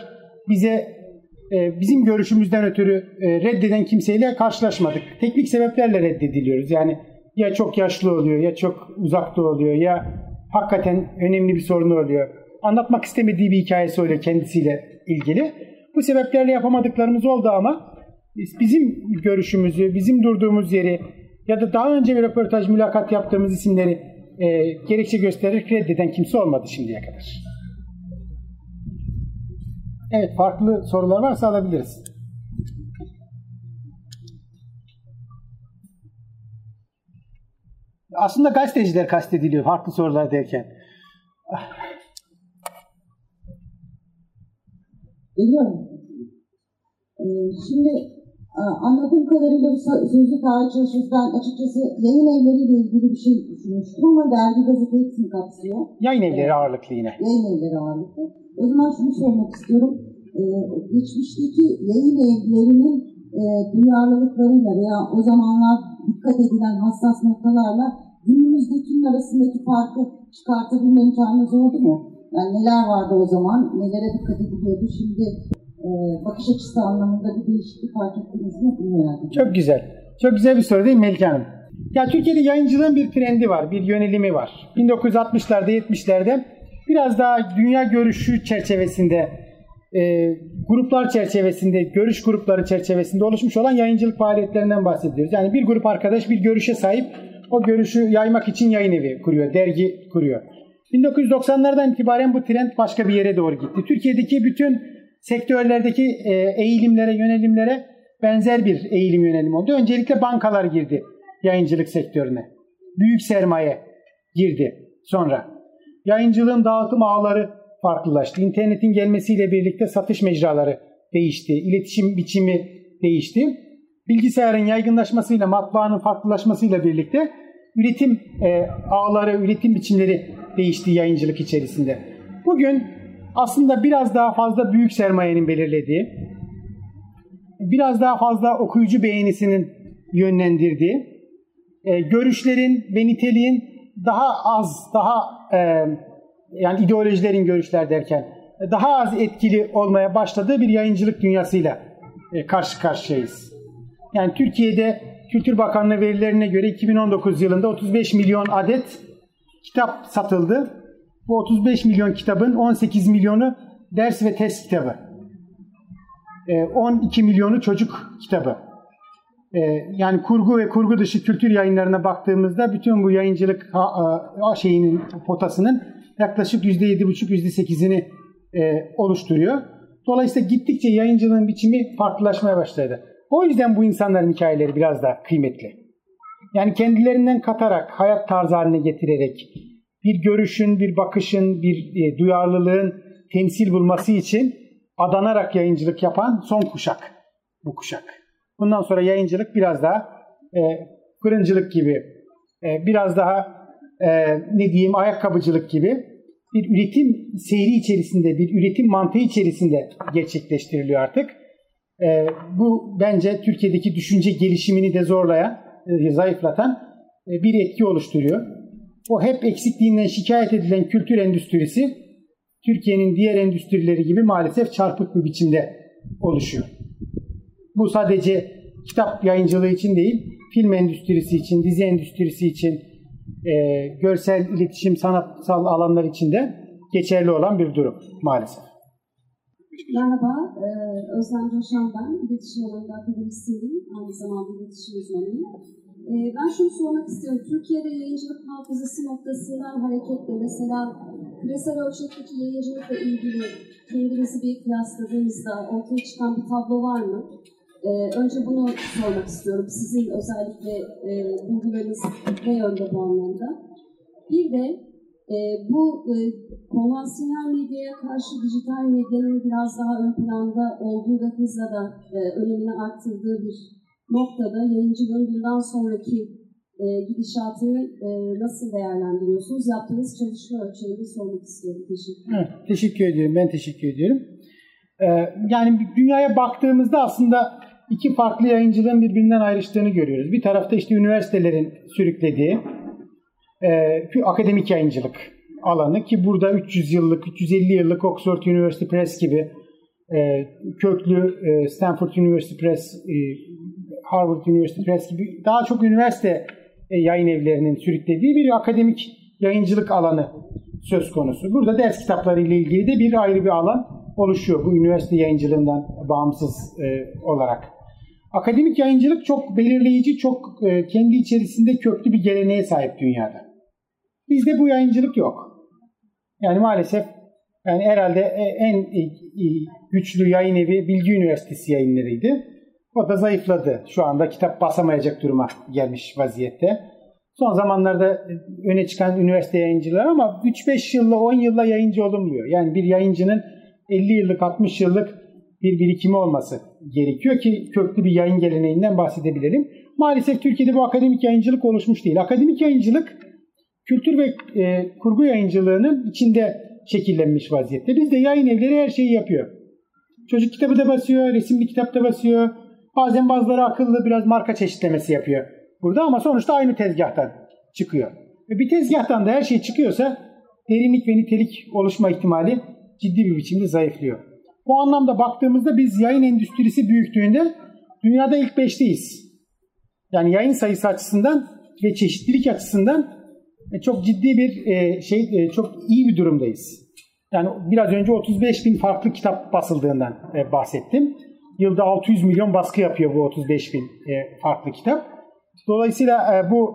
bizim görüşümüzden ötürü reddeden kimseyle karşılaşmadık. Teknik sebeplerle reddediliyoruz. Yani ya çok yaşlı oluyor, ya çok uzakta oluyor, ya hakikaten önemli bir sorunu oluyor. Anlatmak istemediği bir hikayesi oluyor kendisiyle ilgili. Bu sebeplerle yapamadıklarımız oldu ama bizim görüşümüzü, bizim durduğumuz yeri ya da daha önce bir röportaj, mülakat yaptığımız isimleri gerekçe göstererek reddeden kimse olmadı şimdiye kadar. Evet, farklı sorular varsa alabiliriz. Aslında gazeteciler kastediliyor farklı sorular derken. Biliyorum. Şimdi anladığım kadarıyla sözlü tarih çalışması, ben açıkçası yayın evleriyle ilgili bir şey düşünmüştüm ama dergi gazete hepsini kapsıyor. Yayın evleri ağırlıklı yine. Yayın evleri ağırlıklı. O zaman şunu sormak istiyorum. Geçmişteki yayın evlerinin duyarlılıklarıyla veya o zamanlar dikkat edilen hassas noktalarla günümüzdekinin arasındaki farkı çıkartabilme imkanınız oldu mu? Yani neler vardı o zaman, nelere dikkat ediliyordu, şimdi bakış açısı anlamında bir değişiklik fark ettiniz mi? Bilmiyorum. Çok güzel. Çok güzel bir soru değil mi Melike Hanım? Ya Türkiye'de yayıncılığın bir trendi var, bir yönelimi var. 1960'larda, 70'lerde biraz daha dünya görüşü çerçevesinde, gruplar çerçevesinde, görüş grupları çerçevesinde oluşmuş olan yayıncılık faaliyetlerinden bahsediyoruz. Yani bir grup arkadaş bir görüşe sahip, o görüşü yaymak için yayın evi kuruyor, dergi kuruyor. 1990'lardan itibaren bu trend başka bir yere doğru gitti. Türkiye'deki bütün sektörlerdeki eğilimlere, yönelimlere benzer bir eğilim yönelim oldu. Öncelikle bankalar girdi yayıncılık sektörüne. Büyük sermaye girdi sonra. Yayıncılığın dağıtım ağları farklılaştı. İnternetin gelmesiyle birlikte satış mecraları değişti. İletişim biçimi değişti. Bilgisayarın yaygınlaşmasıyla, matbaanın farklılaşmasıyla birlikte üretim ağları, üretim biçimleri değişti yayıncılık içerisinde. Bugün aslında biraz daha fazla büyük sermayenin belirlediği, biraz daha fazla okuyucu beğenisinin yönlendirdiği, görüşlerin ve niteliğin daha az, yani ideolojilerin görüşler derken daha az etkili olmaya başladığı bir yayıncılık dünyasıyla karşı karşıyayız. Yani Türkiye'de Kültür Bakanlığı verilerine göre 2019 yılında 35 milyon adet kitap satıldı. Bu 35 milyon kitabın 18 milyonu ders ve test kitabı. 12 milyonu çocuk kitabı. Yani kurgu ve kurgu dışı kültür yayınlarına baktığımızda bütün bu yayıncılık potasının yaklaşık %7,5-%8'ini oluşturuyor. Dolayısıyla gittikçe yayıncılığın biçimi farklılaşmaya başladı. O yüzden bu insanların hikayeleri biraz daha kıymetli. Yani kendilerinden katarak, hayat tarzı haline getirerek bir görüşün, bir bakışın, bir duyarlılığın temsil bulması için adanarak yayıncılık yapan son kuşak. Bu kuşak. Bundan sonra yayıncılık biraz daha fırıncılık gibi, biraz daha ayakkabıcılık gibi bir üretim seyri içerisinde, bir üretim mantığı içerisinde gerçekleştiriliyor artık. Bu bence Türkiye'deki düşünce gelişimini de zorlayan, zayıflatan bir etki oluşturuyor. O hep eksikliğinden şikayet edilen kültür endüstrisi Türkiye'nin diğer endüstrileri gibi maalesef çarpık bir biçimde oluşuyor. Bu sadece kitap yayıncılığı için değil, film endüstrisi için, dizi endüstrisi için, görsel, iletişim, sanatsal alanlar için de geçerli olan bir durum maalesef. Merhaba, Özlem Coşan ben. İletişim alanında akademisyenim, aynı zamanda iletişim uzmanıyım. Ben şunu sormak istiyorum. Türkiye'de yayıncılık hafızası noktasından hareketle mesela küresel ölçekteki yayıncılıkla ilgili kendinizi bir kıyasladığınızda ortaya çıkan bir tablo var mı? Önce bunu sormak istiyorum. Sizin özellikle bulgularınız ne yönde bu anlamda? Bir de bu konvansiyonel medyaya karşı dijital medyanın biraz daha ön planda olduğu ve hızla da önemini arttırdığı bir noktada yayıncılığın bundan sonraki gidişatını nasıl değerlendiriyorsunuz? Yaptığınız çalışma ölçeğini sormak istiyorum. Teşekkür ederim. Evet, teşekkür ediyorum. Ben teşekkür ediyorum. Yani dünyaya baktığımızda aslında iki farklı yayıncılığın birbirinden ayrıştığını görüyoruz. Bir tarafta işte üniversitelerin sürüklediği akademik yayıncılık alanı ki burada 300 yıllık, 350 yıllık Oxford University Press gibi köklü Stanford University Press, Harvard University Press gibi daha çok üniversite yayın evlerinin sürüklediği bir akademik yayıncılık alanı söz konusu. Burada ders kitapları ile ilgili de bir ayrı bir alan oluşuyor bu üniversite yayıncılığından bağımsız olarak. Akademik yayıncılık çok belirleyici, çok kendi içerisinde köklü bir geleneğe sahip dünyada. Bizde bu yayıncılık yok. Yani maalesef yani herhalde en güçlü yayın evi Bilgi Üniversitesi yayınlarıydı. O da zayıfladı. Şu anda kitap basamayacak duruma gelmiş vaziyette. Son zamanlarda öne çıkan üniversite yayıncıları ama 3-5 yılla 10 yılla yayıncı olunmuyor. Yani bir yayıncının 50 yıllık 60 yıllık bir birikimi olması gerekiyor ki köklü bir yayın geleneğinden bahsedebilelim. Maalesef Türkiye'de bu akademik yayıncılık oluşmuş değil. Akademik yayıncılık kültür ve kurgu yayıncılığının içinde şekillenmiş vaziyette. Bizde yayın evleri her şeyi yapıyor. Çocuk kitabı da basıyor, resimli kitap da basıyor. Bazen bazıları akıllı biraz marka çeşitlemesi yapıyor burada ama sonuçta aynı tezgahtan çıkıyor. Ve bir tezgahtan da her şey çıkıyorsa derinlik ve nitelik oluşma ihtimali ciddi bir biçimde zayıflıyor. Bu anlamda baktığımızda biz yayın endüstrisi büyüklüğünde dünyada ilk 5'teyiz. Yani yayın sayısı açısından ve çeşitlilik açısından çok ciddi bir çok iyi bir durumdayız. Yani biraz önce 35 bin farklı kitap basıldığından bahsettim. Yılda 600 milyon baskı yapıyor bu 35 bin farklı kitap. Dolayısıyla bu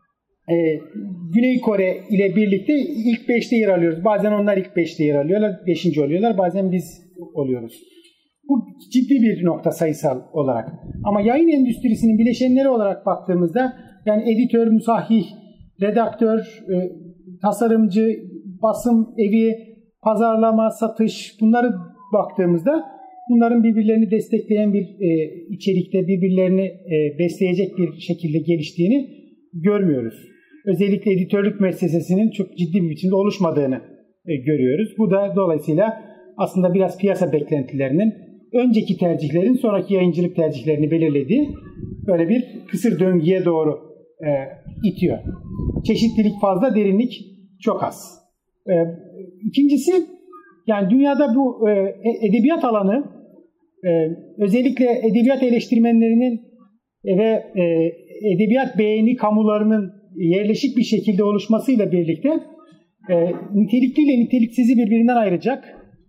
Güney Kore ile birlikte ilk 5'te yer alıyoruz. Bazen onlar ilk 5'te yer alıyorlar, 5. oluyorlar. Bazen biz oluyoruz. Bu ciddi bir nokta sayısal olarak. Ama yayın endüstrisinin bileşenleri olarak baktığımızda yani editör, musahih, redaktör, tasarımcı, basım evi, pazarlama, satış bunları baktığımızda bunların birbirlerini destekleyen bir içerikte birbirlerini besleyecek bir şekilde geliştiğini görmüyoruz. Özellikle editörlük müessesesinin çok ciddi bir biçimde oluşmadığını görüyoruz. Bu da dolayısıyla aslında biraz piyasa beklentilerinin önceki tercihlerin sonraki yayıncılık tercihlerini belirlediği böyle bir kısır döngüye doğru itiyor. Çeşitlilik fazla, derinlik çok az. İkincisi, yani dünyada bu edebiyat alanı özellikle edebiyat eleştirmenlerinin ve edebiyat beğeni kamularının yerleşik bir şekilde oluşmasıyla birlikte nitelikli ile niteliksizi birbirinden ayıracak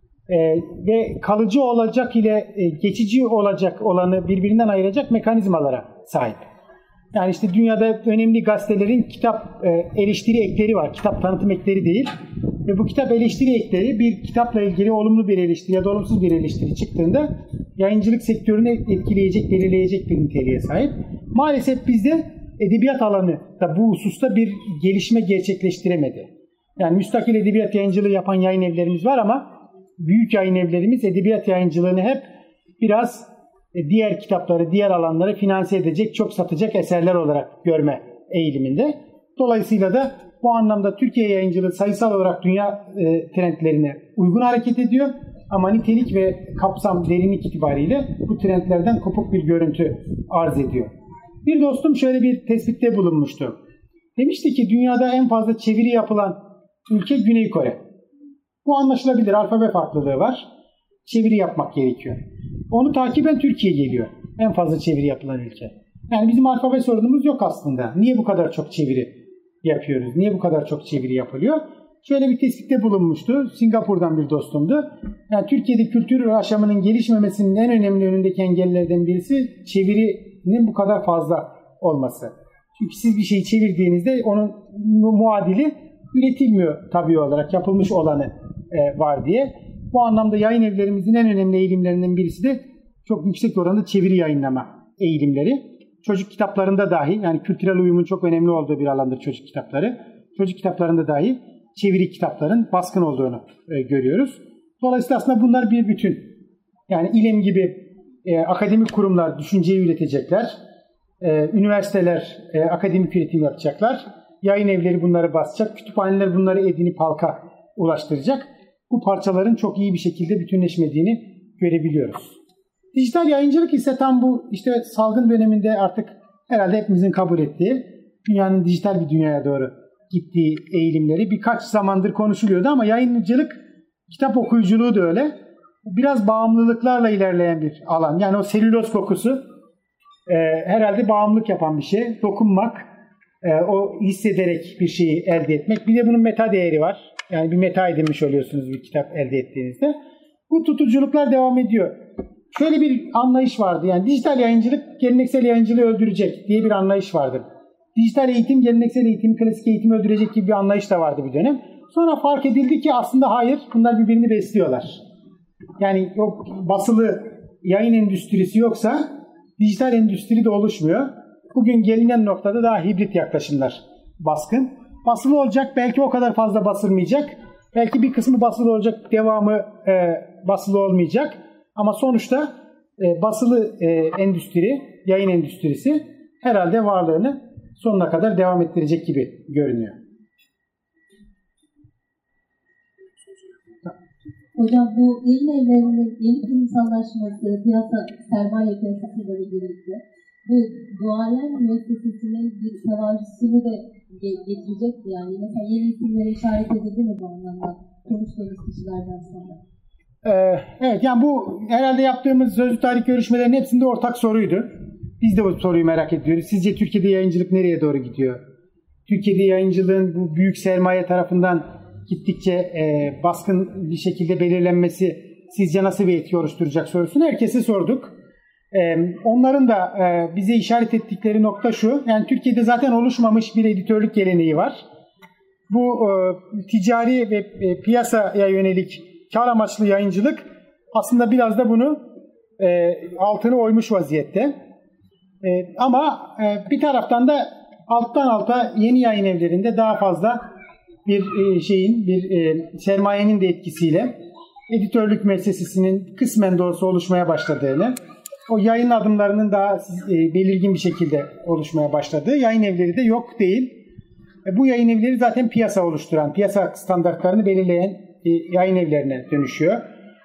ve kalıcı olacak ile geçici olacak olanı birbirinden ayıracak mekanizmalara sahip. Yani işte dünyada önemli gazetelerin kitap eleştiri ekleri var. Kitap tanıtım ekleri değil. Ve bu kitap eleştiri ekleri bir kitapla ilgili olumlu bir eleştiri ya da olumsuz bir eleştiri çıktığında yayıncılık sektörünü etkileyecek, belirleyecek bir niteliğe sahip. Maalesef bizde edebiyat alanı da bu hususta bir gelişme gerçekleştiremedi. Yani müstakil edebiyat yayıncılığı yapan yayın evlerimiz var ama büyük yayın evlerimiz edebiyat yayıncılığını hep biraz diğer kitapları, diğer alanları finanse edecek, çok satacak eserler olarak görme eğiliminde. Dolayısıyla da bu anlamda Türkiye yayıncılığı sayısal olarak dünya trendlerine uygun hareket ediyor. Ama nitelik ve kapsam, derinlik itibariyle bu trendlerden kopuk bir görüntü arz ediyor. Bir dostum şöyle bir tespitte bulunmuştu. Demişti ki dünyada en fazla çeviri yapılan ülke Güney Kore. Bu anlaşılabilir, alfabe farklılığı var. Çeviri yapmak gerekiyor. Onu takiben Türkiye geliyor. En fazla çeviri yapılan ülke. Yani bizim alfabe sorunumuz yok aslında. Niye bu kadar çok çeviri yapıyoruz? Niye bu kadar çok çeviri yapılıyor? Şöyle bir tespitte bulunmuştu. Singapur'dan bir dostumdu. Yani Türkiye'de kültür yaşamının gelişmemesinin en önemli önündeki engellerden birisi çevirinin bu kadar fazla olması. Çünkü siz bir şeyi çevirdiğinizde onun muadili üretilmiyor tabii olarak. Yapılmış olanı var diye. Bu anlamda yayın evlerimizin en önemli eğilimlerinden birisi de çok yüksek oranda çeviri yayınlama eğilimleri. Çocuk kitaplarında dahi, yani kültürel uyumun çok önemli olduğu bir alandır çocuk kitapları. Çocuk kitaplarında dahi çeviri kitapların baskın olduğunu görüyoruz. Dolayısıyla aslında bunlar bir bütün. Yani İLEM gibi akademik kurumlar düşünceyi üretecekler. Üniversiteler akademik üretim yapacaklar. Yayın evleri bunları basacak. Kütüphaneler bunları edinip halka ulaştıracak. Bu parçaların çok iyi bir şekilde bütünleşmediğini görebiliyoruz. Dijital yayıncılık ise tam bu işte salgın döneminde artık herhalde hepimizin kabul ettiği dünyanın dijital bir dünyaya doğru gittiği eğilimleri birkaç zamandır konuşuluyordu ama yayıncılık, kitap okuyuculuğu da öyle. Biraz bağımlılıklarla ilerleyen bir alan. Yani o selüloz kokusu herhalde bağımlılık yapan bir şey. Dokunmak, o hissederek bir şeyi elde etmek. Bir de bunun meta değeri var. Yani bir meta edinmiş oluyorsunuz bir kitap elde ettiğinizde. Bu tutuculuklar devam ediyor. Şöyle bir anlayış vardı. Yani dijital yayıncılık geleneksel yayıncılığı öldürecek diye bir anlayış vardı. Dijital eğitim geleneksel eğitim, klasik eğitimi öldürecek gibi bir anlayış da vardı bir dönem. Sonra fark edildi ki aslında hayır, bunlar birbirini besliyorlar. Yani o basılı yayın endüstrisi yoksa dijital endüstri de oluşmuyor. Bugün gelinen noktada daha hibrit yaklaşımlar baskın. Basılı olacak, belki o kadar fazla basılmayacak. Belki bir kısmı basılı olacak, devamı basılı olmayacak. Ama sonuçta basılı endüstri, yayın endüstrisi herhalde varlığını sonuna kadar devam ettirecek gibi görünüyor. Hocam bu yayın evlerinin yeni kurumsallaşması, piyasa sermaye piyasasıyla birlikte bu duayen müessesesinin bir tevarüsünü de getirecek mi? Yani mesela yeni isimlere işaret edildi mi bu anlamda konuştuğumuz kişilerden sonra? Evet, yani bu herhalde yaptığımız sözlü tarih görüşmelerinin hepsinde ortak soruydu. Biz de bu soruyu merak ediyoruz. Sizce Türkiye'de yayıncılık nereye doğru gidiyor? Türkiye'de yayıncılığın bu büyük sermaye tarafından gittikçe baskın bir şekilde belirlenmesi sizce nasıl bir etki oluşturacak sorusunu herkese sorduk. Onların da bize işaret ettikleri nokta şu. Yani Türkiye'de zaten oluşmamış bir editörlük geleneği var. Bu ticari ve piyasaya yönelik kar amaçlı yayıncılık aslında biraz da bunu altını oymuş vaziyette. Ama bir taraftan da alttan alta yeni yayın evlerinde daha fazla bir sermayenin de etkisiyle editörlük müessesesinin kısmen de olsa oluşmaya başladığını, o yayın adımlarının daha belirgin bir şekilde oluşmaya başladığı, yayın evleri de yok değil. Bu yayın evleri zaten piyasa oluşturan, piyasa standartlarını belirleyen yayın evlerine dönüşüyor.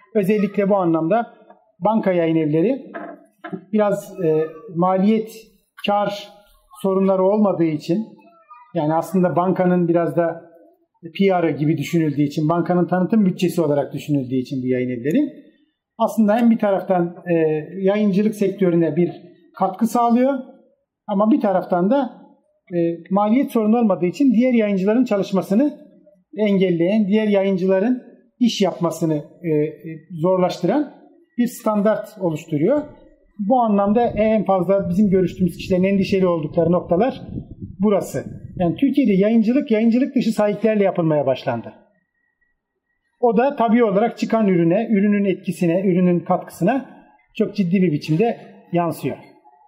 Özellikle bu anlamda banka yayın evleri biraz maliyet, kar sorunları olmadığı için, yani aslında bankanın biraz da PR'ı gibi düşünüldüğü için, bankanın tanıtım bütçesi olarak düşünüldüğü için bu yayın evleri aslında hem bir taraftan yayıncılık sektörüne bir katkı sağlıyor ama bir taraftan da maliyet sorunu olmadığı için diğer yayıncıların çalışmasını engelleyen, diğer yayıncıların iş yapmasını zorlaştıran bir standart oluşturuyor. Bu anlamda en fazla bizim görüştüğümüz kişilerin endişeli oldukları noktalar burası. Yani Türkiye'de yayıncılık dışı sahiplerle yapılmaya başlandı. O da tabii olarak çıkan ürüne, ürünün etkisine, ürünün katkısına çok ciddi bir biçimde yansıyor.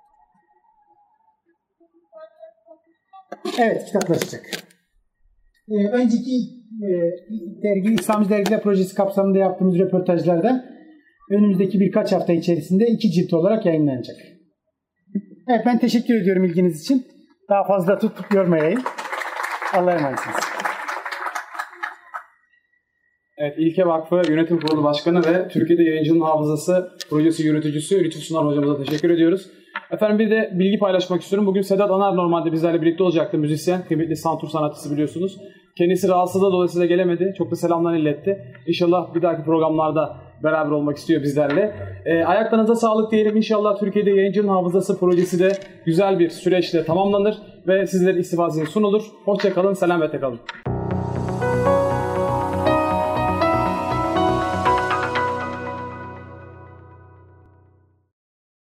Evet, kitaplaşacak. Önceki dergi, İslamcı Dergiler Projesi kapsamında yaptığımız röportajlarda önümüzdeki birkaç hafta içerisinde 2 cilt olarak yayınlanacak. Evet, ben teşekkür ediyorum ilginiz için. Daha fazla tutup yormayayım. Allah'a emanetsiniz. Evet, İlke Vakfı Yönetim Kurulu Başkanı ve Türkiye'de Yayıncılığın Hafızası Projesi Yöneticisi Lütfü Sunar hocamıza teşekkür ediyoruz. Efendim bir de bilgi paylaşmak istiyorum. Bugün Sedat Anar normalde bizlerle birlikte olacaktı, müzisyen, kıymetli santur sanatçısı biliyorsunuz. Kendisi rahatsızlığı dolayısıyla gelemedi. Çok da selamlarını iletti. İnşallah bir dahaki programlarda beraber olmak istiyor bizlerle. Ayaklarınıza sağlık diyelim. İnşallah Türkiye'de Yayıncılığın Hafızası projesi de güzel bir süreçle tamamlanır ve sizlere istifadesine sunulur. Hoşça kalın, selametle kalın.